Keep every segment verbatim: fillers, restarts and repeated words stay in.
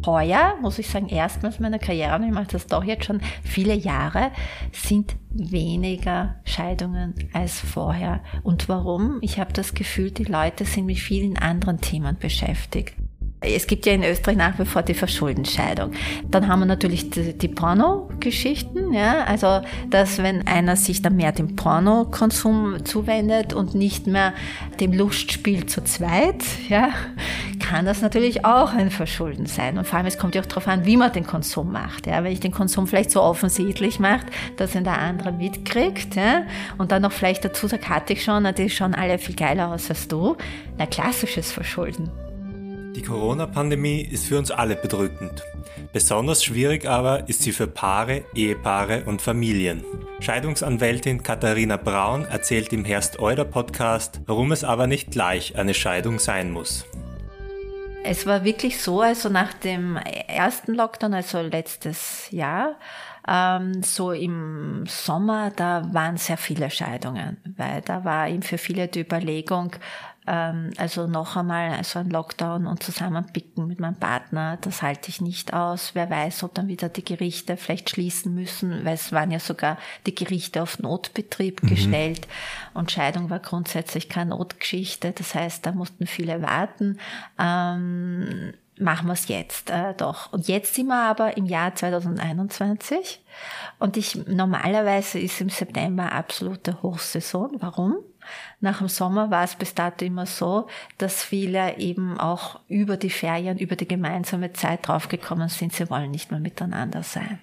Heuer, muss ich sagen, erstmals in meiner Karriere, und ich mache das doch jetzt schon viele Jahre, sind weniger Scheidungen als vorher. Und warum? Ich habe das Gefühl, die Leute sind mit vielen anderen Themen beschäftigt. Es gibt ja in Österreich nach wie vor die Verschuldenscheidung. Dann haben wir natürlich die, die Porno-Geschichten, ja, also dass wenn einer sich dann mehr dem Pornokonsum zuwendet und nicht mehr dem Lustspiel zu zweit, ja, kann das natürlich auch ein Verschulden sein. Und vor allem, es kommt ja auch darauf an, wie man den Konsum macht. Ja, wenn ich den Konsum vielleicht so offensichtlich mache, dass ihn der andere mitkriegt, ja, und dann noch vielleicht dazu sagt, hatte ich schon, die schauen alle viel geiler aus als du, na, klassisches Verschulden. Die Corona-Pandemie ist für uns alle bedrückend. Besonders schwierig aber ist sie für Paare, Ehepaare und Familien. Scheidungsanwältin Katharina Braun erzählt im Herst Euder Podcast, warum es aber nicht gleich eine Scheidung sein muss. Es war wirklich so, also nach dem ersten Lockdown, also letztes Jahr, ähm, so im Sommer, da waren sehr viele Scheidungen, weil da war eben für viele die Überlegung, ähm, also noch einmal also ein Lockdown und zusammenpicken mit meinem Partner, das halte ich nicht aus. Wer weiß, ob dann wieder die Gerichte vielleicht schließen müssen, weil es waren ja sogar die Gerichte auf Notbetrieb mhm. gestellt und Scheidung war grundsätzlich keine Notgeschichte, das heißt, da mussten viele warten. Ähm, machen wir es jetzt äh, doch. Und jetzt sind wir aber im Jahr zwanzig einundzwanzig und ich normalerweise ist im September absolute Hochsaison. Warum? Nach dem Sommer war es bis dato immer so, dass viele eben auch über die Ferien, über die gemeinsame Zeit draufgekommen sind, sie wollen nicht mehr miteinander sein.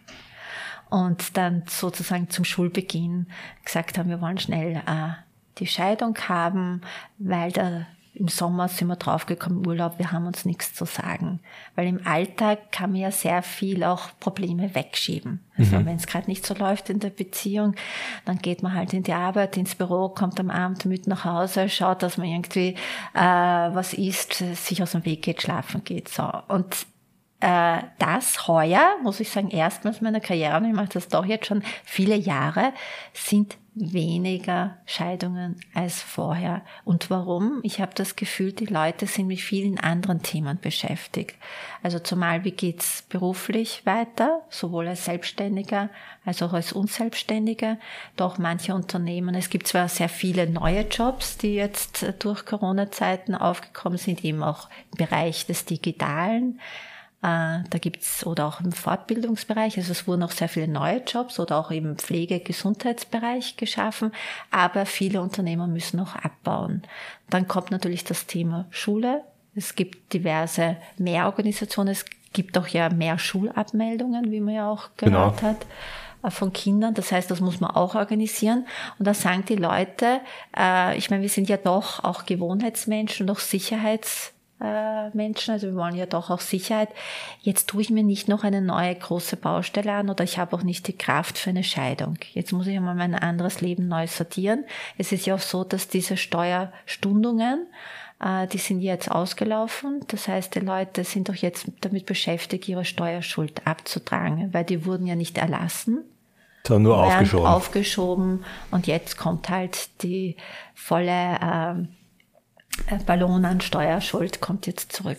Und dann sozusagen zum Schulbeginn gesagt haben, wir wollen schnell äh, die Scheidung haben, weil der im Sommer sind wir draufgekommen, Urlaub, wir haben uns nichts zu sagen. Weil im Alltag kann man ja sehr viel auch Probleme wegschieben. Also mhm. wenn es gerade nicht so läuft in der Beziehung, dann geht man halt in die Arbeit, ins Büro, kommt am Abend mit nach Hause, schaut, dass man irgendwie äh, was isst, sich aus dem Weg geht, schlafen geht. So. Und äh, das heuer, muss ich sagen, erstmals in meiner Karriere, und ich mache das doch jetzt schon viele Jahre, sind weniger Scheidungen als vorher. Und warum? Ich habe das Gefühl, die Leute sind mit vielen anderen Themen beschäftigt. Also zumal, wie geht's beruflich weiter, sowohl als Selbstständiger als auch als Unselbstständiger. Doch manche Unternehmen, es gibt zwar sehr viele neue Jobs, die jetzt durch Corona-Zeiten aufgekommen sind, eben auch im Bereich des Digitalen. Da gibt's, oder auch im Fortbildungsbereich, also es wurden auch sehr viele neue Jobs oder auch im Pflege-, Gesundheitsbereich geschaffen, aber viele Unternehmer müssen auch abbauen. Dann kommt natürlich das Thema Schule. Es gibt diverse Mehrorganisationen, es gibt auch ja mehr Schulabmeldungen, wie man ja auch gehört genau. hat, von Kindern. Das heißt, das muss man auch organisieren. Und da sagen die Leute, äh, ich meine, wir sind ja doch auch Gewohnheitsmenschen und auch Sicherheits Menschen, also wir wollen ja doch auch Sicherheit. Jetzt tue ich mir nicht noch eine neue große Baustelle an oder ich habe auch nicht die Kraft für eine Scheidung. Jetzt muss ich einmal mein anderes Leben neu sortieren. Es ist ja auch so, dass diese Steuerstundungen, äh, die sind jetzt ausgelaufen. Das heißt, die Leute sind doch jetzt damit beschäftigt, ihre Steuerschuld abzutragen, weil die wurden ja nicht erlassen. Sondern nur aufgeschoben. aufgeschoben. Und jetzt kommt halt die volle äh, Ballon an Steuerschuld kommt jetzt zurück.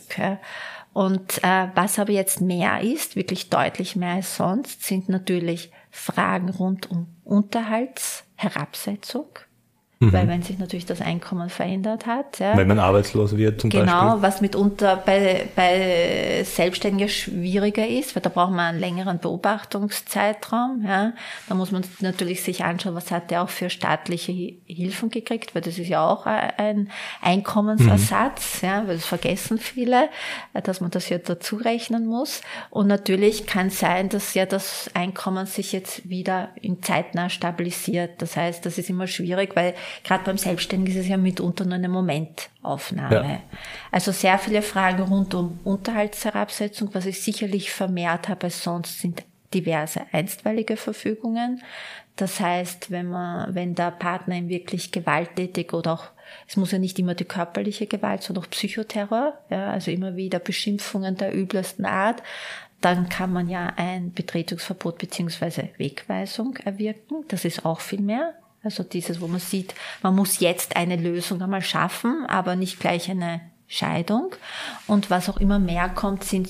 Und äh, was aber jetzt mehr ist, wirklich deutlich mehr als sonst, sind natürlich Fragen rund um Unterhaltsherabsetzung. Mhm. Weil wenn sich natürlich das Einkommen verändert hat. Ja, wenn man arbeitslos wird zum genau, Beispiel. Genau, was mitunter bei, bei Selbstständigen schwieriger ist, weil da braucht man einen längeren Beobachtungszeitraum. Ja. Da muss man natürlich sich anschauen, was hat der auch für staatliche Hilfen gekriegt, weil das ist ja auch ein Einkommensersatz, mhm. ja, weil das vergessen viele, dass man das ja dazu rechnen muss. Und natürlich kann sein, dass ja das Einkommen sich jetzt wieder in zeitnah stabilisiert. Das heißt, das ist immer schwierig, weil gerade beim Selbstständigen ist es ja mitunter nur eine Momentaufnahme. Ja. Also sehr viele Fragen rund um Unterhaltsherabsetzung, was ich sicherlich vermehrt habe als sonst, sind diverse einstweilige Verfügungen. Das heißt, wenn man, wenn der Partner ihm wirklich gewalttätig oder auch, es muss ja nicht immer die körperliche Gewalt, sondern auch Psychoterror, ja, also immer wieder Beschimpfungen der übelsten Art, dann kann man ja ein Betretungsverbot beziehungsweise Wegweisung erwirken. Das ist auch viel mehr. Also dieses, wo man sieht, man muss jetzt eine Lösung einmal schaffen, aber nicht gleich eine Scheidung. Und was auch immer mehr kommt, sind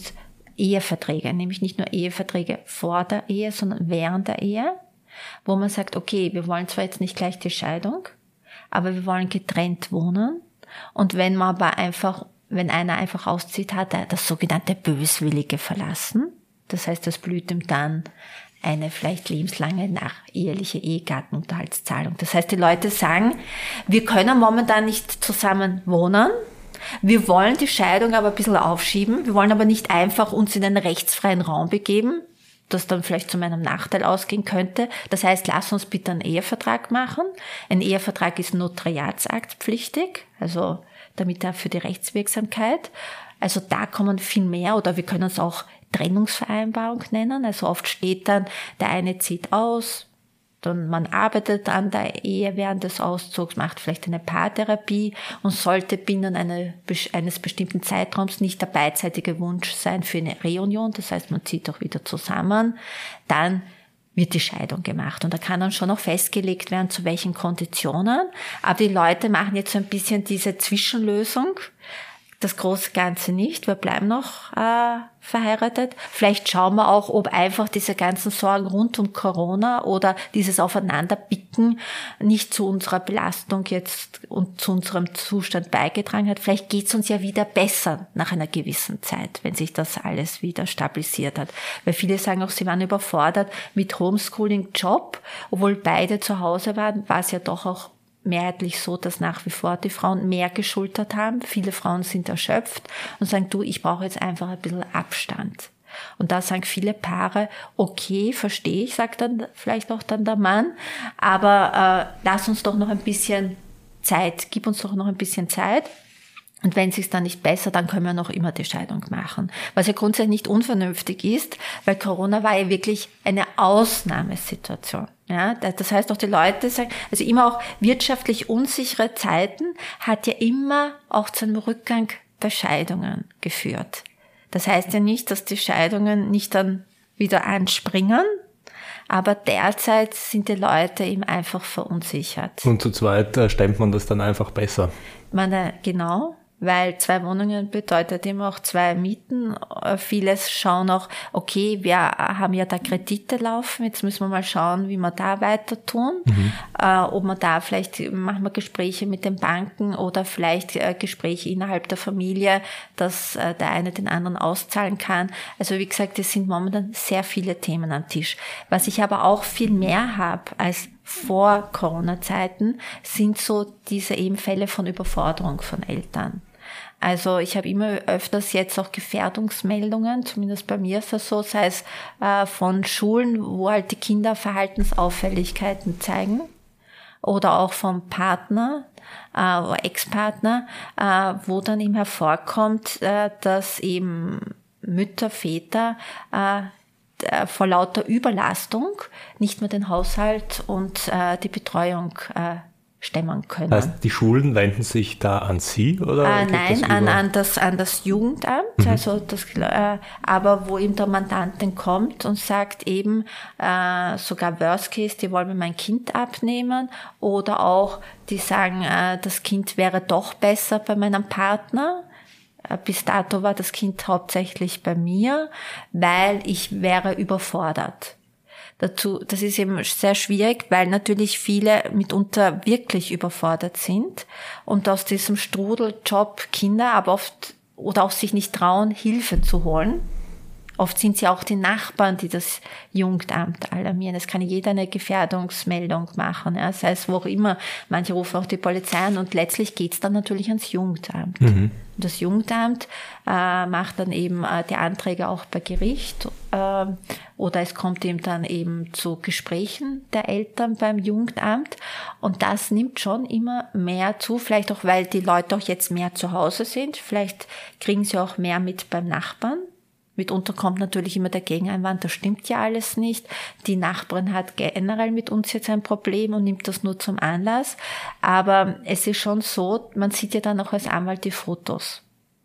Eheverträge, nämlich nicht nur Eheverträge vor der Ehe, sondern während der Ehe, wo man sagt, okay, wir wollen zwar jetzt nicht gleich die Scheidung, aber wir wollen getrennt wohnen. Und wenn man aber einfach, wenn einer einfach auszieht, hat er das sogenannte Böswillige verlassen. Das heißt, das blüht ihm dann eine vielleicht lebenslange nacheheliche Ehegattenunterhaltszahlung. Das heißt, die Leute sagen, wir können momentan nicht zusammen wohnen, wir wollen die Scheidung aber ein bisschen aufschieben, wir wollen aber nicht einfach uns in einen rechtsfreien Raum begeben, das dann vielleicht zu meinem Nachteil ausgehen könnte. Das heißt, lass uns bitte einen Ehevertrag machen. Ein Ehevertrag ist notariatsaktpflichtig, also damit er für die Rechtswirksamkeit. Also da kommen viel mehr, oder wir können es auch Trennungsvereinbarung nennen. Also oft steht dann, der eine zieht aus, dann man arbeitet an der Ehe während des Auszugs, macht vielleicht eine Paartherapie und sollte binnen eine, eines bestimmten Zeitraums nicht der beidseitige Wunsch sein für eine Reunion, das heißt, man zieht auch wieder zusammen, dann wird die Scheidung gemacht. Und da kann dann schon noch festgelegt werden, zu welchen Konditionen. Aber die Leute machen jetzt so ein bisschen diese Zwischenlösung, das große Ganze nicht, wir bleiben noch äh, verheiratet. Vielleicht schauen wir auch, ob einfach diese ganzen Sorgen rund um Corona oder dieses Aufeinanderbicken nicht zu unserer Belastung jetzt und zu unserem Zustand beigetragen hat. Vielleicht geht es uns ja wieder besser nach einer gewissen Zeit, wenn sich das alles wieder stabilisiert hat. Weil viele sagen auch, sie waren überfordert mit Homeschooling-Job, obwohl beide zu Hause waren, war es ja doch auch mehrheitlich so, dass nach wie vor die Frauen mehr geschultert haben. Viele Frauen sind erschöpft und sagen, du, ich brauche jetzt einfach ein bisschen Abstand. Und da sagen viele Paare, okay, verstehe ich, sagt dann vielleicht auch dann der Mann, aber äh, lass uns doch noch ein bisschen Zeit, gib uns doch noch ein bisschen Zeit. Und wenn es sich dann nicht besser, dann können wir noch immer die Scheidung machen. Was ja grundsätzlich nicht unvernünftig ist, weil Corona war ja wirklich eine Ausnahmesituation. Ja, das heißt auch die Leute sagen, also immer auch wirtschaftlich unsichere Zeiten hat ja immer auch zu einem Rückgang bei Scheidungen geführt. Das heißt ja nicht, dass die Scheidungen nicht dann wieder anspringen, aber derzeit sind die Leute eben einfach verunsichert. Und zu zweit äh, stemmt man das dann einfach besser. Man, äh, genau. Weil zwei Wohnungen bedeutet immer auch zwei Mieten. Vieles schauen auch, okay, wir haben ja da Kredite laufen, jetzt müssen wir mal schauen, wie wir da weiter tun. Mhm. Äh, ob man da vielleicht, machen wir Gespräche mit den Banken oder vielleicht äh, Gespräche innerhalb der Familie, dass äh, der eine den anderen auszahlen kann. Also wie gesagt, es sind momentan sehr viele Themen am Tisch. Was ich aber auch viel mehr habe als vor Corona-Zeiten, sind so diese eben Fälle von Überforderung von Eltern. Also ich habe immer öfters jetzt auch Gefährdungsmeldungen, zumindest bei mir ist das so, sei es äh, von Schulen, wo halt die Kinder Verhaltensauffälligkeiten zeigen oder auch vom Partner äh, oder Ex-Partner, äh, wo dann eben hervorkommt, äh, dass eben Mütter, Väter äh, vor lauter Überlastung nicht mehr den Haushalt und äh, die Betreuung äh, stemmen können. Heißt, die Schulen wenden sich da an Sie oder? Äh, nein, an, an, das, an das Jugendamt, mhm. also das, äh, aber wo eben der Mandantin kommt und sagt eben, äh, sogar Worst Case, die wollen mir mein Kind abnehmen, oder auch, die sagen, äh, das Kind wäre doch besser bei meinem Partner. Bis dato war das Kind hauptsächlich bei mir, weil ich wäre überfordert. Dazu, das ist eben sehr schwierig, weil natürlich viele mitunter wirklich überfordert sind und aus diesem Strudeljob Kinder, aber oft oder auch sich nicht trauen, Hilfe zu holen. Oft sind es ja auch die Nachbarn, die das Jugendamt alarmieren. Es kann jeder eine Gefährdungsmeldung machen, ja, sei es wo auch immer. Manche rufen auch die Polizei an und letztlich geht's dann natürlich ans Jugendamt. Mhm. Und das Jugendamt äh, macht dann eben äh, die Anträge auch bei Gericht äh, oder es kommt eben dann eben zu Gesprächen der Eltern beim Jugendamt und das nimmt schon immer mehr zu, vielleicht auch, weil die Leute auch jetzt mehr zu Hause sind, vielleicht kriegen sie auch mehr mit beim Nachbarn. Mitunter kommt natürlich immer der Gegeneinwand, das stimmt ja alles nicht. Die Nachbarin hat generell mit uns jetzt ein Problem und nimmt das nur zum Anlass. Aber es ist schon so, man sieht ja dann auch als Anwalt die Fotos.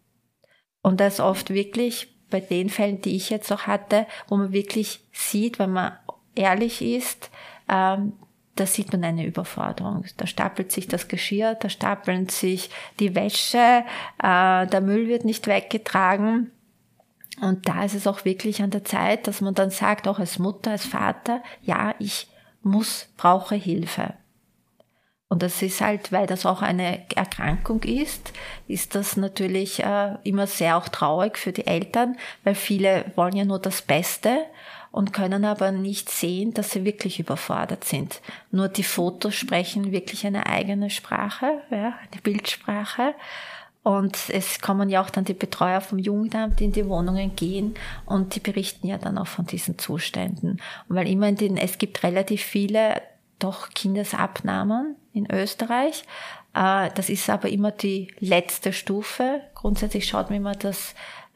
Und das oft wirklich bei den Fällen, die ich jetzt auch hatte, wo man wirklich sieht, wenn man ehrlich ist, ähm, da sieht man eine Überforderung. Da stapelt sich das Geschirr, da stapeln sich die Wäsche, äh, der Müll wird nicht weggetragen. Und da ist es auch wirklich an der Zeit, dass man dann sagt, auch als Mutter, als Vater, ja, ich muss, brauche Hilfe. Und das ist halt, weil das auch eine Erkrankung ist, ist das natürlich äh, immer sehr auch traurig für die Eltern, weil viele wollen ja nur das Beste und können aber nicht sehen, dass sie wirklich überfordert sind. Nur die Fotos sprechen wirklich eine eigene Sprache, ja, eine Bildsprache. Und es kommen ja auch dann die Betreuer vom Jugendamt in die Wohnungen gehen und die berichten ja dann auch von diesen Zuständen. Und weil immer in den, es gibt relativ viele doch Kindesabnahmen in Österreich. Das ist aber immer die letzte Stufe. Grundsätzlich schaut man immer, dass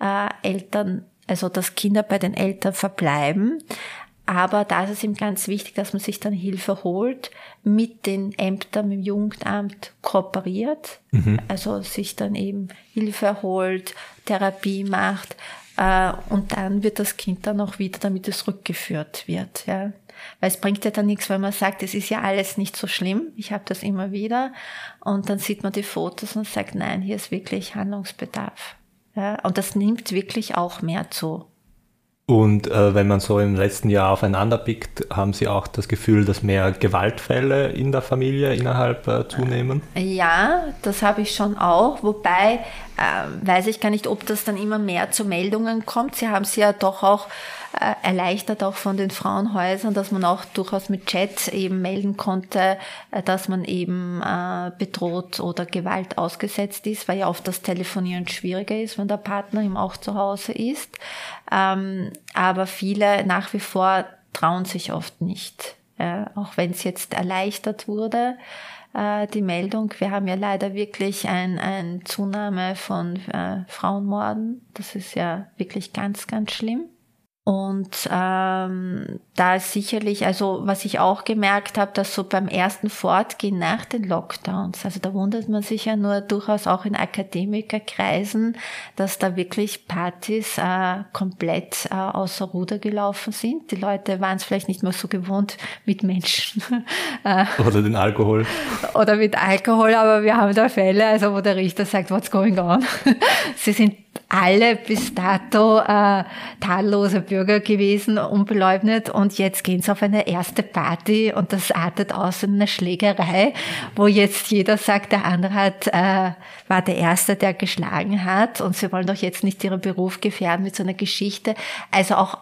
Eltern, also dass Kinder bei den Eltern verbleiben. Aber da ist es ihm ganz wichtig, dass man sich dann Hilfe holt, mit den Ämtern, mit dem Jugendamt kooperiert, mhm. also sich dann eben Hilfe holt, Therapie macht äh, und dann wird das Kind dann auch wieder, damit es rückgeführt wird. Ja. Weil es bringt ja dann nichts, wenn man sagt, es ist ja alles nicht so schlimm, ich habe das immer wieder und dann sieht man die Fotos und sagt, nein, hier ist wirklich Handlungsbedarf. Ja. Und das nimmt wirklich auch mehr zu. Und äh, wenn man so im letzten Jahr aufeinander pickt, haben Sie auch das Gefühl, dass mehr Gewaltfälle in der Familie innerhalb äh, zunehmen? Ja, das habe ich schon auch. Wobei, äh, weiß ich gar nicht, ob das dann immer mehr zu Meldungen kommt. Sie haben es ja doch auch äh, erleichtert, auch von den Frauenhäusern, dass man auch durchaus mit Chat eben melden konnte, äh, dass man eben äh, bedroht oder Gewalt ausgesetzt ist, weil ja oft das Telefonieren schwieriger ist, wenn der Partner eben auch zu Hause ist. Ähm, aber viele nach wie vor trauen sich oft nicht, ja, auch wenn es jetzt erleichtert wurde, äh, die Meldung. Wir haben ja leider wirklich ein, ein Zunahme von äh, Frauenmorden. Das ist ja wirklich ganz, ganz schlimm. Und ähm, da ist sicherlich, also was ich auch gemerkt habe, dass so beim ersten Fortgehen nach den Lockdowns, also da wundert man sich ja nur durchaus auch in Akademikerkreisen, dass da wirklich Partys äh, komplett äh, außer Ruder gelaufen sind. Die Leute waren es vielleicht nicht mehr so gewohnt mit Menschen. Oder den Alkohol. Oder mit Alkohol, aber wir haben da Fälle, also wo der Richter sagt, what's going on? Sie sind alle bis dato äh, tadellose Bürger gewesen, unbeleugnet und jetzt gehen sie auf eine erste Party und das artet aus in eine Schlägerei, wo jetzt jeder sagt, der andere hat, äh, war der Erste, der geschlagen hat und sie wollen doch jetzt nicht ihren Beruf gefährden mit so einer Geschichte. Also auch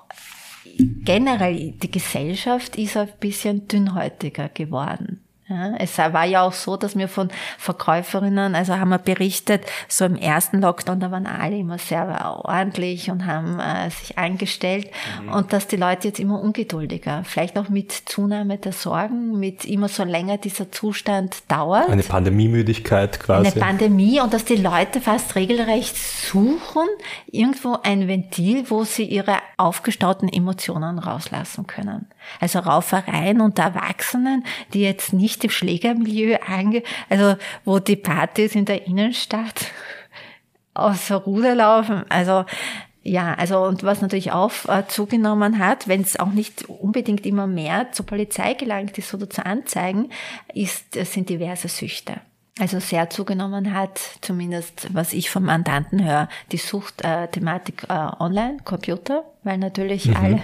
generell, die Gesellschaft ist ein bisschen dünnhäutiger geworden. Ja, es war ja auch so, dass mir von Verkäuferinnen, also haben wir berichtet, so im ersten Lockdown, da waren alle immer sehr ordentlich und haben äh, sich eingestellt mhm. und dass die Leute jetzt immer ungeduldiger, vielleicht auch mit Zunahme der Sorgen, mit immer so länger dieser Zustand dauert. Eine Pandemiemüdigkeit quasi. Eine Pandemie und dass die Leute fast regelrecht suchen, irgendwo ein Ventil, wo sie ihre aufgestauten Emotionen rauslassen können. Also Raufereien unter Erwachsenen, die jetzt nicht im Schlägermilieu ange, also wo die Partys in der Innenstadt außer Ruder laufen. Also ja, also und was natürlich auch äh, zugenommen hat, wenn es auch nicht unbedingt immer mehr zur Polizei gelangt ist oder zu Anzeigen, ist, sind diverse Süchte. Also sehr zugenommen hat, zumindest was ich vom Mandanten höre, die Suchtthematik äh, online, Computer, weil natürlich mhm. alle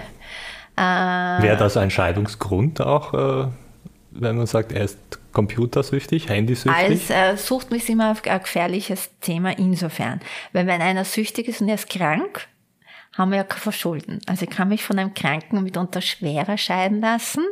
Äh, Wäre das ein Scheidungsgrund auch, äh, wenn man sagt, er ist computersüchtig, handysüchtig? Als äh, Sucht ist immer ein gefährliches Thema insofern. Weil wenn einer süchtig ist und er ist krank, haben wir ja kein Verschulden. Also ich kann mich von einem Kranken mitunter schwerer scheiden lassen,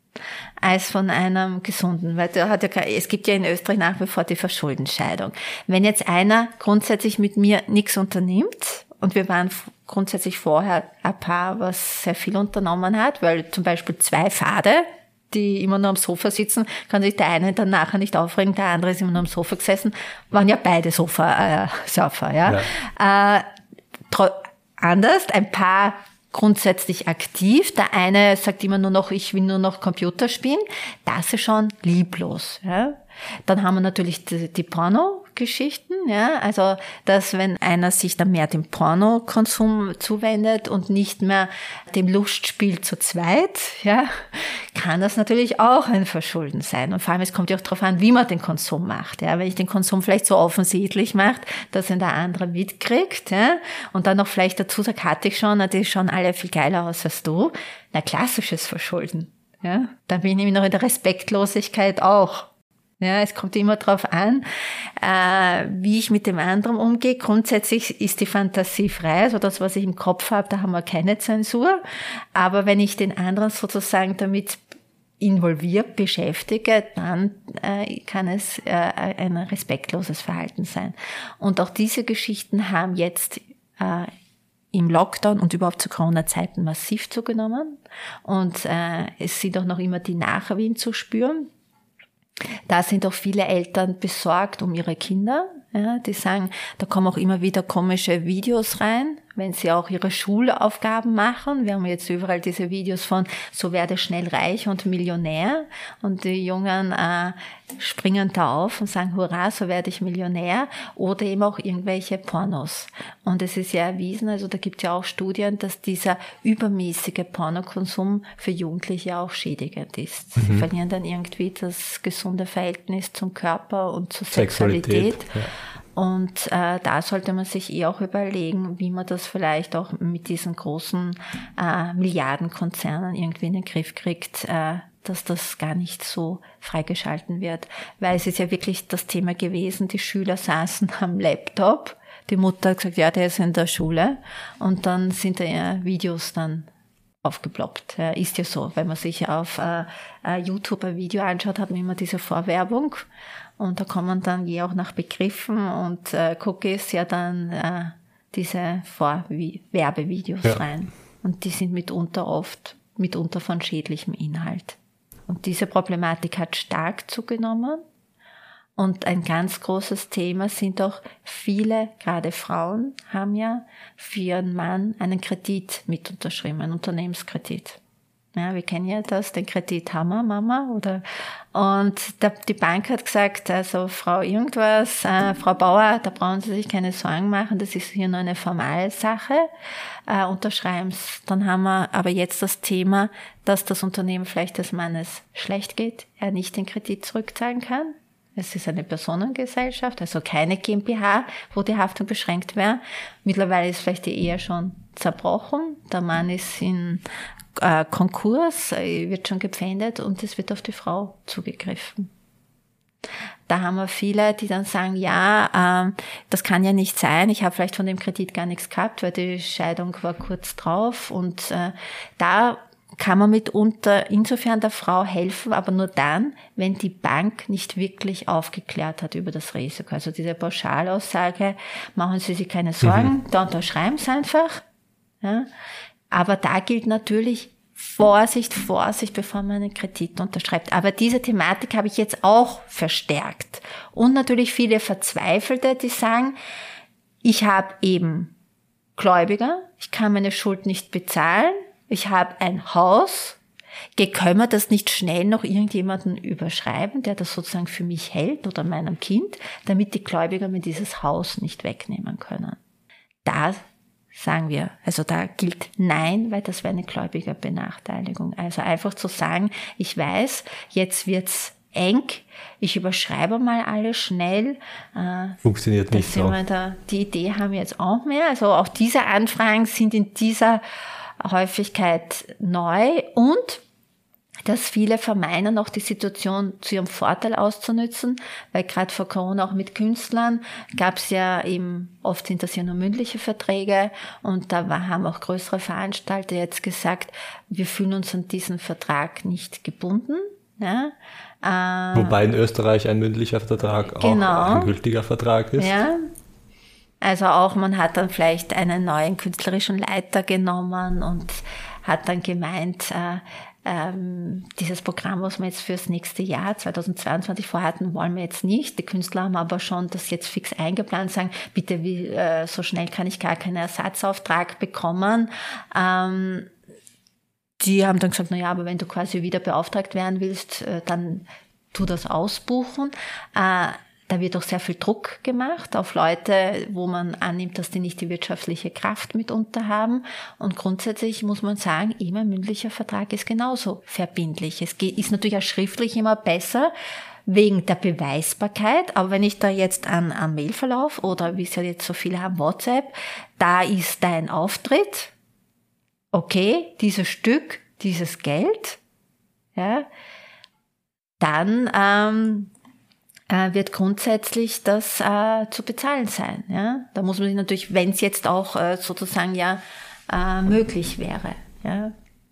als von einem Gesunden. Weil der hat ja, es gibt ja in Österreich nach wie vor die Verschuldenscheidung. Wenn jetzt einer grundsätzlich mit mir nichts unternimmt, und wir waren grundsätzlich vorher ein Paar, was sehr viel unternommen hat, weil zum Beispiel zwei Pfade, die immer nur am Sofa sitzen, kann sich der eine dann nachher nicht aufregen, der andere ist immer nur am Sofa gesessen, waren ja beide Sofa-Surfer. Äh, ja. ja. Äh, tro- anders, ein Paar grundsätzlich aktiv, der eine sagt immer nur noch, ich will nur noch Computer spielen, das ist schon lieblos. Ja. Dann haben wir natürlich die, die Porno-Geschichten, ja, also dass wenn einer sich dann mehr dem Pornokonsum zuwendet und nicht mehr dem Lustspiel zu zweit, ja, kann das natürlich auch ein Verschulden sein. Und vor allem, es kommt ja auch darauf an, wie man den Konsum macht. Ja, wenn ich den Konsum vielleicht so offensichtlich mache, dass ihn der andere mitkriegt, ja, und dann noch vielleicht dazu sagt, hatte ich schon, die schauen alle viel geiler aus als du. Na, klassisches Verschulden. Ja, dann bin ich nämlich noch in der Respektlosigkeit auch. Ja, es kommt immer darauf an, äh, wie ich mit dem anderen umgehe. Grundsätzlich ist die Fantasie frei, also das, was ich im Kopf habe, da haben wir keine Zensur. Aber wenn ich den anderen sozusagen damit involviert beschäftige, dann äh, kann es äh, ein respektloses Verhalten sein. Und auch diese Geschichten haben jetzt äh, im Lockdown und überhaupt zu Corona-Zeiten massiv zugenommen. Und äh, es sind auch noch immer die Nachwehen zu spüren. Da sind auch viele Eltern besorgt um ihre Kinder. Ja, die sagen, da kommen auch immer wieder komische Videos rein, wenn sie auch ihre Schulaufgaben machen. Wir haben jetzt überall diese Videos von so werde schnell reich und Millionär. Und die Jungen äh, springen da auf und sagen, hurra, so werde ich Millionär. Oder eben auch irgendwelche Pornos. Und es ist ja erwiesen, also da gibt es ja auch Studien, dass dieser übermäßige Pornokonsum für Jugendliche auch schädigend ist. Mhm. Sie verlieren dann irgendwie das gesunde Verhältnis zum Körper und zur Sexualität. Sexualität. Ja. Und äh, da sollte man sich eh auch überlegen, wie man das vielleicht auch mit diesen großen äh, Milliardenkonzernen irgendwie in den Griff kriegt, äh, dass das gar nicht so freigeschalten wird. Weil es ist ja wirklich das Thema gewesen, die Schüler saßen am Laptop, die Mutter hat gesagt, ja, der ist in der Schule, und dann sind da ja Videos dann aufgeploppt. Ja, ist ja so, wenn man sich auf äh, YouTube ein Video anschaut, hat man immer diese Vorwerbung. Und da kommen dann je auch nach Begriffen und äh, Cookies ja dann äh, diese Vorwerbevideos ja. rein. Und die sind mitunter oft, mitunter von schädlichem Inhalt. Und diese Problematik hat stark zugenommen. Und ein ganz großes Thema sind auch viele, gerade Frauen, haben ja für ihren Mann einen Kredit mit unterschrieben, einen Unternehmenskredit. Ja, wir kennen ja das, den Kredit haben wir, Mama, oder, und der, die Bank hat gesagt, also Frau irgendwas, äh, Frau Bauer, da brauchen Sie sich keine Sorgen machen, das ist hier nur eine Formalsache, äh, unterschreiben's. Dann haben wir aber jetzt das Thema, dass das Unternehmen vielleicht des Mannes schlecht geht, er nicht den Kredit zurückzahlen kann. Es ist eine Personengesellschaft, also keine GmbH, wo die Haftung beschränkt wäre. Mittlerweile ist vielleicht die Ehe schon zerbrochen, der Mann ist in Äh, Konkurs, äh, wird schon gepfändet und es wird auf die Frau zugegriffen. Da haben wir viele, die dann sagen, ja, äh, das kann ja nicht sein, ich habe vielleicht von dem Kredit gar nichts gehabt, weil die Scheidung war kurz drauf, und äh, da kann man mitunter insofern der Frau helfen, aber nur dann, wenn die Bank nicht wirklich aufgeklärt hat über das Risiko. Also diese Pauschalaussage, machen Sie sich keine Sorgen, mhm. da unterschreiben Sie einfach, ja. Aber da gilt natürlich Vorsicht, Vorsicht, bevor man einen Kredit unterschreibt. Aber diese Thematik habe ich jetzt auch verstärkt. Und natürlich viele Verzweifelte, die sagen, ich habe eben Gläubiger, ich kann meine Schuld nicht bezahlen, ich habe ein Haus, können wir das nicht schnell noch irgendjemanden überschreiben, der das sozusagen für mich hält oder meinem Kind, damit die Gläubiger mir dieses Haus nicht wegnehmen können. Da sagen wir, also da gilt Nein, weil das wäre eine Gläubigerbenachteiligung. Also einfach zu sagen, ich weiß, jetzt wird's eng, ich überschreibe mal alles schnell. Funktioniert nicht so. Da, die Idee haben wir jetzt auch mehr. Also auch diese Anfragen sind in dieser Häufigkeit neu, und dass viele vermeinen, auch die Situation zu ihrem Vorteil auszunutzen, weil gerade vor Corona auch mit Künstlern gab es ja eben, oft sind das ja nur mündliche Verträge, und da war, haben auch größere Veranstalter jetzt gesagt, wir fühlen uns an diesen Vertrag nicht gebunden. Ja, äh, Wobei in Österreich ein mündlicher Vertrag genau, auch ein gültiger Vertrag ist. Ja. Also auch, man hat dann vielleicht einen neuen künstlerischen Leiter genommen und hat dann gemeint, äh, Ähm, dieses Programm, was wir jetzt fürs nächste Jahr zweitausendzweiundzwanzig vorhatten, wollen wir jetzt nicht. Die Künstler haben aber schon das jetzt fix eingeplant, sagen, bitte, wie, äh, so schnell kann ich gar keinen Ersatzauftrag bekommen. Ähm, die haben dann gesagt, na ja, aber wenn du quasi wieder beauftragt werden willst, äh, dann tu das ausbuchen. Äh, Da wird auch sehr viel Druck gemacht auf Leute, wo man annimmt, dass die nicht die wirtschaftliche Kraft mitunter haben. Und grundsätzlich muss man sagen, immer ein mündlicher Vertrag ist genauso verbindlich. Es geht, ist natürlich auch schriftlich immer besser, wegen der Beweisbarkeit. Aber wenn ich da jetzt an, an Mailverlauf oder wie es ja jetzt so viele haben, WhatsApp, da ist dein Auftritt, okay, dieses Stück, dieses Geld, ja, dann ähm, äh, wird grundsätzlich das äh, zu bezahlen sein. Ja? Da muss man sich natürlich, wenn es jetzt auch äh, sozusagen ja äh, möglich wäre, ja,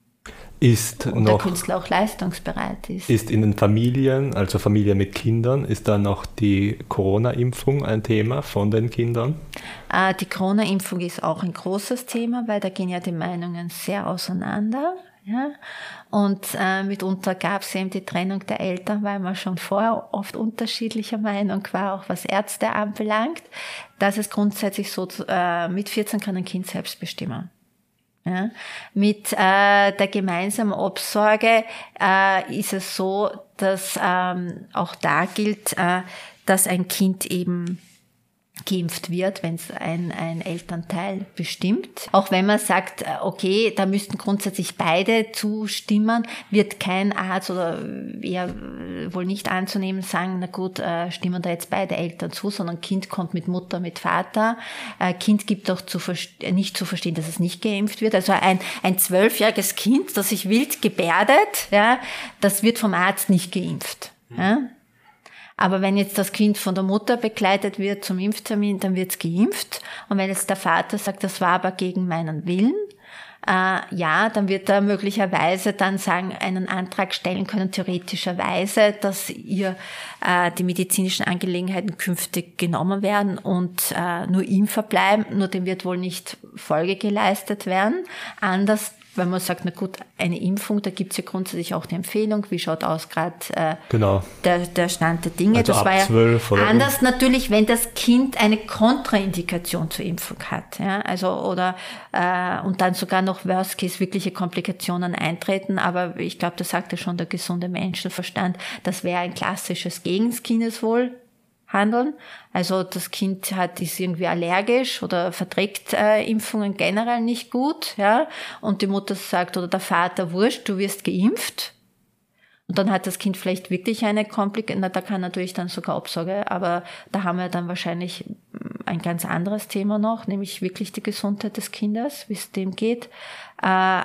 ist und noch, der Künstler auch leistungsbereit ist. Ist in den Familien, also Familien mit Kindern, ist da noch die Corona-Impfung ein Thema von den Kindern? Äh, die Corona-Impfung ist auch ein großes Thema, weil da gehen ja die Meinungen sehr auseinander. Ja? Und äh, mitunter gab es eben die Trennung der Eltern, weil man schon vorher oft unterschiedlicher Meinung war, auch was Ärzte anbelangt. Das ist grundsätzlich so, äh, mit vierzehn kann ein Kind selbst bestimmen. Ja, mit äh, der gemeinsamen Obsorge äh, ist es so, dass ähm, auch da gilt, äh, dass ein Kind eben geimpft wird, wenn es ein, ein Elternteil bestimmt. Auch wenn man sagt, okay, da müssten grundsätzlich beide zustimmen, wird kein Arzt oder eher wohl nicht anzunehmen sagen, na gut, äh, stimmen da jetzt beide Eltern zu, sondern Kind kommt mit Mutter, mit Vater. Äh, Kind gibt auch zu nicht zu verstehen, dass es nicht geimpft wird. Also ein ein zwölfjähriges Kind, das sich wild gebärdet, ja, das wird vom Arzt nicht geimpft. Ja. Aber wenn jetzt das Kind von der Mutter begleitet wird zum Impftermin, dann wird's geimpft. Und wenn jetzt der Vater sagt, das war aber gegen meinen Willen, äh, ja, dann wird er möglicherweise dann sagen, einen Antrag stellen können, theoretischerweise, dass ihr äh, die medizinischen Angelegenheiten künftig genommen werden und äh, nur ihm verbleiben. Nur dem wird wohl nicht Folge geleistet werden. Anders, wenn man sagt, na gut, eine Impfung, da gibt's ja grundsätzlich auch die Empfehlung, wie schaut aus gerade äh, genau. der, der Stand der Dinge. Also das ab war ja zwölf oder anders um. Natürlich, wenn das Kind eine Kontraindikation zur Impfung hat, ja, also oder äh, und dann sogar noch Worst Case wirkliche Komplikationen eintreten. Aber ich glaube, das sagte schon der gesunde Menschenverstand. Das wäre ein klassisches gegen das Kindeswohl handeln. Also das Kind hat ist irgendwie allergisch oder verträgt äh, Impfungen generell nicht gut, ja. Und die Mutter sagt oder der Vater, wurscht, du wirst geimpft. Und dann hat das Kind vielleicht wirklich eine Komplikation. Na, da kann natürlich dann sogar Obsorge, aber da haben wir dann wahrscheinlich ein ganz anderes Thema noch, nämlich wirklich die Gesundheit des Kindes, wie es dem geht. Äh,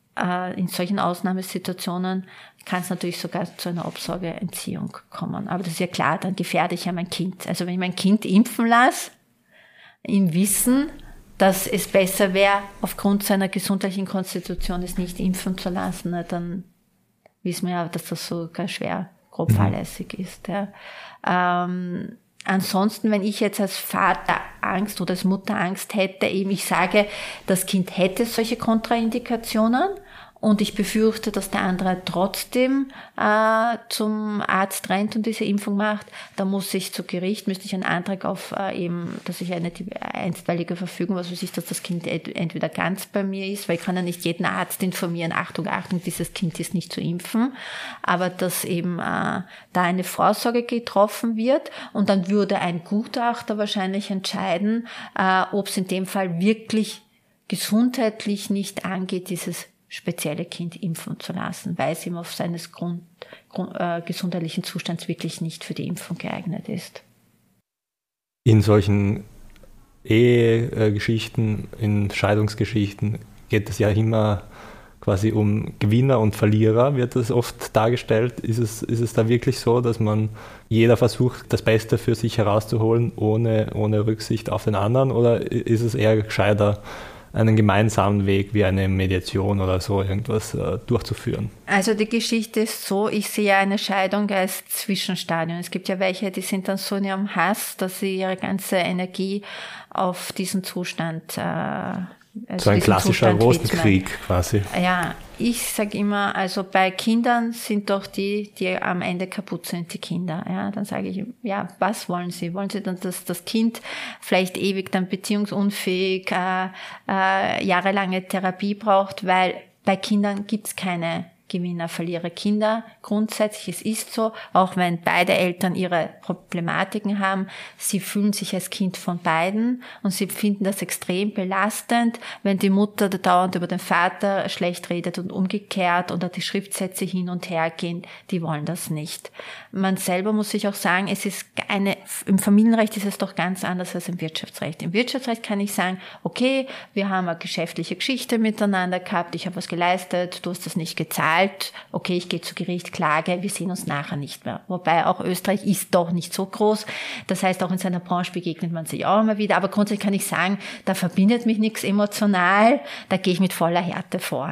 äh, in solchen Ausnahmesituationen kann es natürlich sogar zu einer Obsorgeentziehung kommen. Aber das ist ja klar, dann gefährde ich ja mein Kind. Also wenn ich mein Kind impfen lasse, im Wissen, dass es besser wäre, aufgrund seiner gesundheitlichen Konstitution es nicht impfen zu lassen, dann wissen wir ja, dass das sogar schwer grob fahrlässig ist. Ja. Ähm, ansonsten, wenn ich jetzt als Vater Angst oder als Mutter Angst hätte, eben ich sage, das Kind hätte solche Kontraindikationen, und ich befürchte, dass der andere trotzdem äh, zum Arzt rennt und diese Impfung macht, da muss ich zu Gericht, müsste ich einen Antrag auf äh, eben, dass ich eine einstweilige Verfügung, was weiß ich, dass das Kind entweder ganz bei mir ist, weil ich kann ja nicht jeden Arzt informieren, Achtung, Achtung, dieses Kind ist nicht zu impfen, aber dass eben äh, da eine Vorsorge getroffen wird und dann würde ein Gutachter wahrscheinlich entscheiden, äh, ob es in dem Fall wirklich gesundheitlich nicht angeht, dieses spezielle Kind impfen zu lassen, weil es ihm auf seines Grund, Grund, äh, gesundheitlichen Zustands wirklich nicht für die Impfung geeignet ist. In solchen Ehegeschichten, in Scheidungsgeschichten geht es ja immer quasi um Gewinner und Verlierer, wird das oft dargestellt. Ist es, ist es da wirklich so, dass man jeder versucht, das Beste für sich herauszuholen, ohne, ohne Rücksicht auf den anderen, oder ist es eher gescheiter, einen gemeinsamen Weg wie eine Mediation oder so irgendwas äh, durchzuführen? Also die Geschichte ist so, ich sehe eine Scheidung als Zwischenstadium. Es gibt ja welche, die sind dann so in ihrem Hass, dass sie ihre ganze Energie auf diesen Zustand äh, Also so ein klassischer Rosenkrieg quasi. Ja, ich sage immer, also bei Kindern sind doch die, die am Ende kaputt sind, die Kinder. Ja, dann sage ich, ja, was wollen sie? Wollen sie dann, dass das Kind vielleicht ewig dann beziehungsunfähig, äh, äh, jahrelange Therapie braucht? Weil bei Kindern gibt's keine Gewinner, Verlierer, Kinder. Grundsätzlich, es ist so, auch wenn beide Eltern ihre Problematiken haben, sie fühlen sich als Kind von beiden und sie finden das extrem belastend, wenn die Mutter dauernd über den Vater schlecht redet und umgekehrt oder die Schriftsätze hin und her gehen, die wollen das nicht. Man selber muss sich auch sagen, es ist eine, im Familienrecht ist es doch ganz anders als im Wirtschaftsrecht. Im Wirtschaftsrecht kann ich sagen, okay, wir haben eine geschäftliche Geschichte miteinander gehabt, ich habe was geleistet, du hast das nicht gezahlt, okay, ich gehe zu Gericht, klage, wir sehen uns nachher nicht mehr. Wobei auch Österreich ist doch nicht so groß. Das heißt, auch in seiner Branche begegnet man sich auch immer wieder. Aber grundsätzlich kann ich sagen, da verbindet mich nichts emotional, da gehe ich mit voller Härte vor.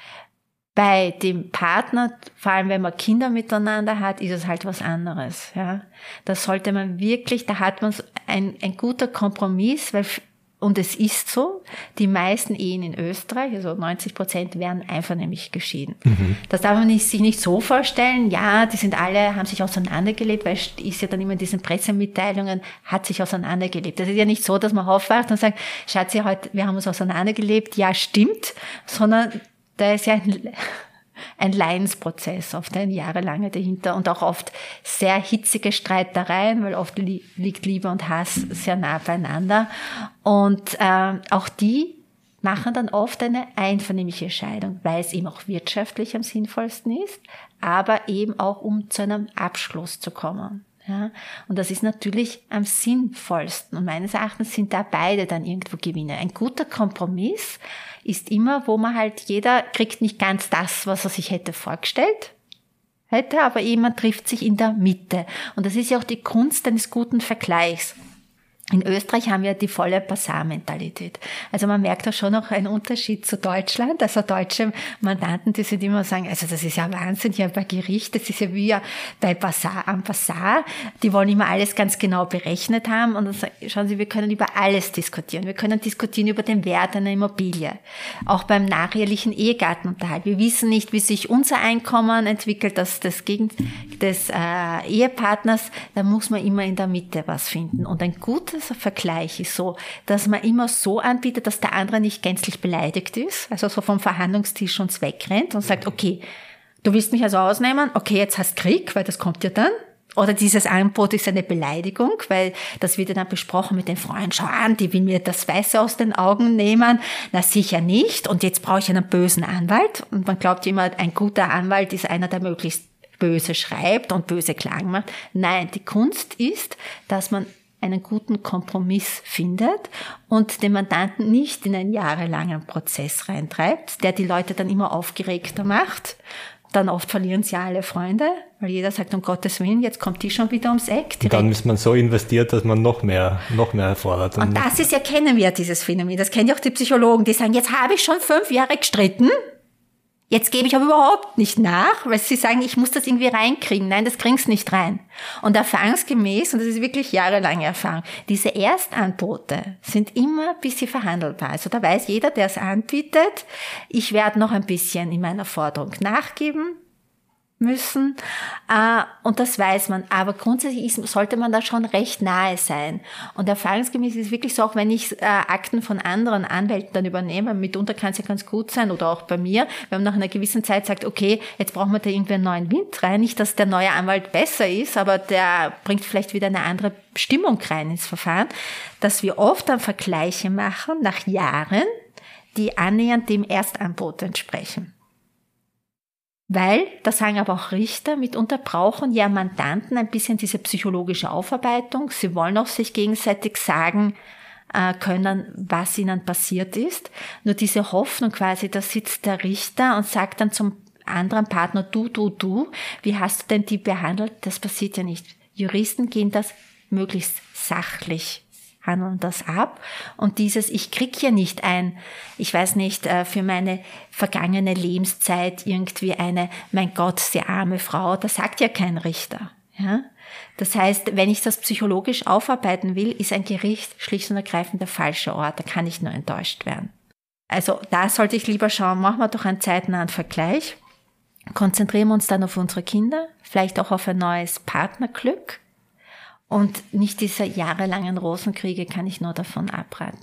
Bei dem Partner, vor allem wenn man Kinder miteinander hat, ist es halt was anderes. Ja, das sollte man wirklich, da hat man ein, ein guter Kompromiss, weil und es ist so, die meisten Ehen in Österreich, also neunzig Prozent, werden einvernehmlich geschieden. Mhm. Das darf man nicht, sich nicht so vorstellen, ja, die sind alle, haben sich auseinandergelebt, weil es ist ja dann immer in diesen Pressemitteilungen, hat sich auseinandergelebt. Das ist ja nicht so, dass man aufwacht und sagt, Schatzi, heute, wir haben uns auseinandergelebt, ja, stimmt, sondern da ist ja ein, ein Leidensprozess, oft ein jahrelange dahinter und auch oft sehr hitzige Streitereien, weil oft li- liegt Liebe und Hass sehr nah beieinander. Und äh, auch die machen dann oft eine einvernehmliche Scheidung, weil es eben auch wirtschaftlich am sinnvollsten ist, aber eben auch um zu einem Abschluss zu kommen. Ja, und das ist natürlich am sinnvollsten. Und meines Erachtens sind da beide dann irgendwo Gewinner. Ein guter Kompromiss ist immer, wo man halt, jeder kriegt nicht ganz das, was er sich hätte vorgestellt hätte, aber eben man trifft sich in der Mitte. Und das ist ja auch die Kunst eines guten Vergleichs. In Österreich haben wir die volle Basar-Mentalität. Also man merkt da schon noch einen Unterschied zu Deutschland. Also deutsche Mandanten, die sind immer sagen, also das ist ja Wahnsinn hier bei Gericht, das ist ja wie bei Basar am Basar. Die wollen immer alles ganz genau berechnet haben. Und dann sagen, schauen Sie, wir können über alles diskutieren. Wir können diskutieren über den Wert einer Immobilie. Auch beim nachehelichen Ehegattenunterhalt. Wir wissen nicht, wie sich unser Einkommen entwickelt, das des, Gegen- des äh, Ehepartners. Da muss man immer in der Mitte was finden. Und ein gutes Vergleich ist so, dass man immer so anbietet, dass der andere nicht gänzlich beleidigt ist, also so vom Verhandlungstisch uns wegrennt und sagt, okay, du willst mich also ausnehmen, okay, jetzt hast Krieg, weil das kommt ja dann. Oder dieses Angebot ist eine Beleidigung, weil das wird ja dann besprochen mit den Freunden, schau an, die will mir das Weiße aus den Augen nehmen. Na sicher nicht. Und jetzt brauche ich einen bösen Anwalt. Und man glaubt immer, ein guter Anwalt ist einer, der möglichst böse schreibt und böse Klagen macht. Nein, die Kunst ist, dass man einen guten Kompromiss findet und den Mandanten nicht in einen jahrelangen Prozess reintreibt, der die Leute dann immer aufgeregter macht. Dann oft verlieren sie ja alle Freunde, weil jeder sagt, um Gottes Willen, jetzt kommt die schon wieder ums Eck. Und dann ist man so investiert, dass man noch mehr, noch mehr erfordert. Und, und das ist ja, kennen wir dieses Phänomen, das kennen ja auch die Psychologen, die sagen, jetzt habe ich schon fünf Jahre gestritten, jetzt gebe ich aber überhaupt nicht nach, weil sie sagen, ich muss das irgendwie reinkriegen. Nein, das kriegst nicht rein. Und erfahrungsgemäß, und das ist wirklich jahrelange Erfahrung, diese Erstangebote sind immer ein bisschen verhandelbar. Also da weiß jeder, der es anbietet, ich werde noch ein bisschen in meiner Forderung nachgeben müssen, äh, und das weiß man. Aber grundsätzlich ist, sollte man da schon recht nahe sein. Und erfahrungsgemäß ist es wirklich so, auch wenn ich äh, Akten von anderen Anwälten dann übernehme, mitunter kann es ja ganz gut sein, oder auch bei mir, wenn man nach einer gewissen Zeit sagt, okay, jetzt brauchen wir da irgendwie einen neuen Wind rein, nicht, dass der neue Anwalt besser ist, aber der bringt vielleicht wieder eine andere Stimmung rein ins Verfahren, dass wir oft dann Vergleiche machen nach Jahren, die annähernd dem Erstangebot entsprechen. Weil, das sagen aber auch Richter, mitunter brauchen ja Mandanten ein bisschen diese psychologische Aufarbeitung. Sie wollen auch sich gegenseitig sagen äh, können, was ihnen passiert ist. Nur diese Hoffnung quasi, da sitzt der Richter und sagt dann zum anderen Partner, du, du, du, wie hast du denn die behandelt? Das passiert ja nicht. Juristen gehen das möglichst sachlich, handeln das ab. Und dieses, ich krieg ja nicht ein, ich weiß nicht, für meine vergangene Lebenszeit irgendwie eine, mein Gott, die arme Frau, das sagt ja kein Richter. Ja? Das heißt, wenn ich das psychologisch aufarbeiten will, ist ein Gericht schlicht und ergreifend der falsche Ort, da kann ich nur enttäuscht werden. Also da sollte ich lieber schauen, machen wir doch einen zeitnahen Vergleich, konzentrieren wir uns dann auf unsere Kinder, vielleicht auch auf ein neues Partnerglück. Und nicht diese jahrelangen Rosenkriege kann ich nur davon abraten.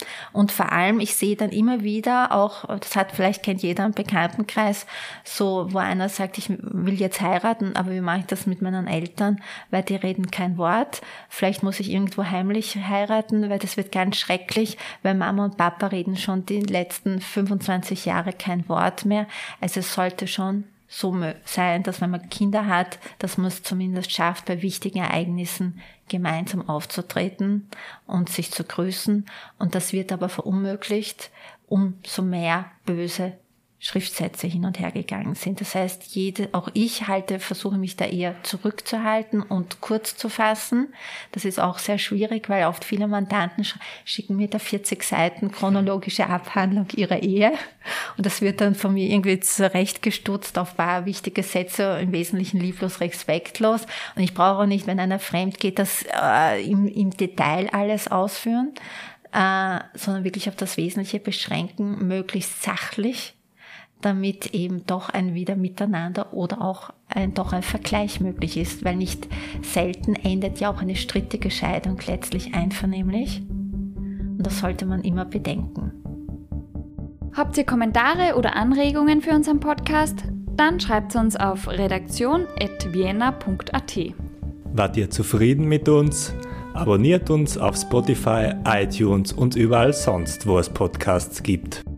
Und vor allem, ich sehe dann immer wieder auch, das hat vielleicht kennt jeder im Bekanntenkreis, so, wo einer sagt, ich will jetzt heiraten, aber wie mache ich das mit meinen Eltern, weil die reden kein Wort. Vielleicht muss ich irgendwo heimlich heiraten, weil das wird ganz schrecklich, weil Mama und Papa reden schon die letzten fünfundzwanzig Jahre kein Wort mehr. Also es sollte schon so sein, dass wenn man Kinder hat, dass man es zumindest schafft, bei wichtigen Ereignissen gemeinsam aufzutreten und sich zu grüßen. Und das wird aber verunmöglicht, umso mehr böse Schriftsätze hin und her gegangen sind. Das heißt, jede, auch ich halte, versuche mich da eher zurückzuhalten und kurz zu fassen. Das ist auch sehr schwierig, weil oft viele Mandanten schicken mir da vierzig Seiten chronologische Abhandlung ihrer Ehe. Und das wird dann von mir irgendwie zurechtgestutzt auf ein paar wichtige Sätze, im Wesentlichen lieblos, respektlos. Und ich brauche auch nicht, wenn einer fremd geht, das äh, im, im Detail alles ausführen, äh, sondern wirklich auf das Wesentliche beschränken, möglichst sachlich, damit eben doch ein Wieder-Miteinander oder auch ein, doch ein Vergleich möglich ist, weil nicht selten endet ja auch eine strittige Scheidung letztlich einvernehmlich. Und das sollte man immer bedenken. Habt ihr Kommentare oder Anregungen für unseren Podcast? Dann schreibt uns auf redaktion at vienna punkt a t. Wart ihr zufrieden mit uns? Abonniert uns auf Spotify, iTunes und überall sonst, wo es Podcasts gibt.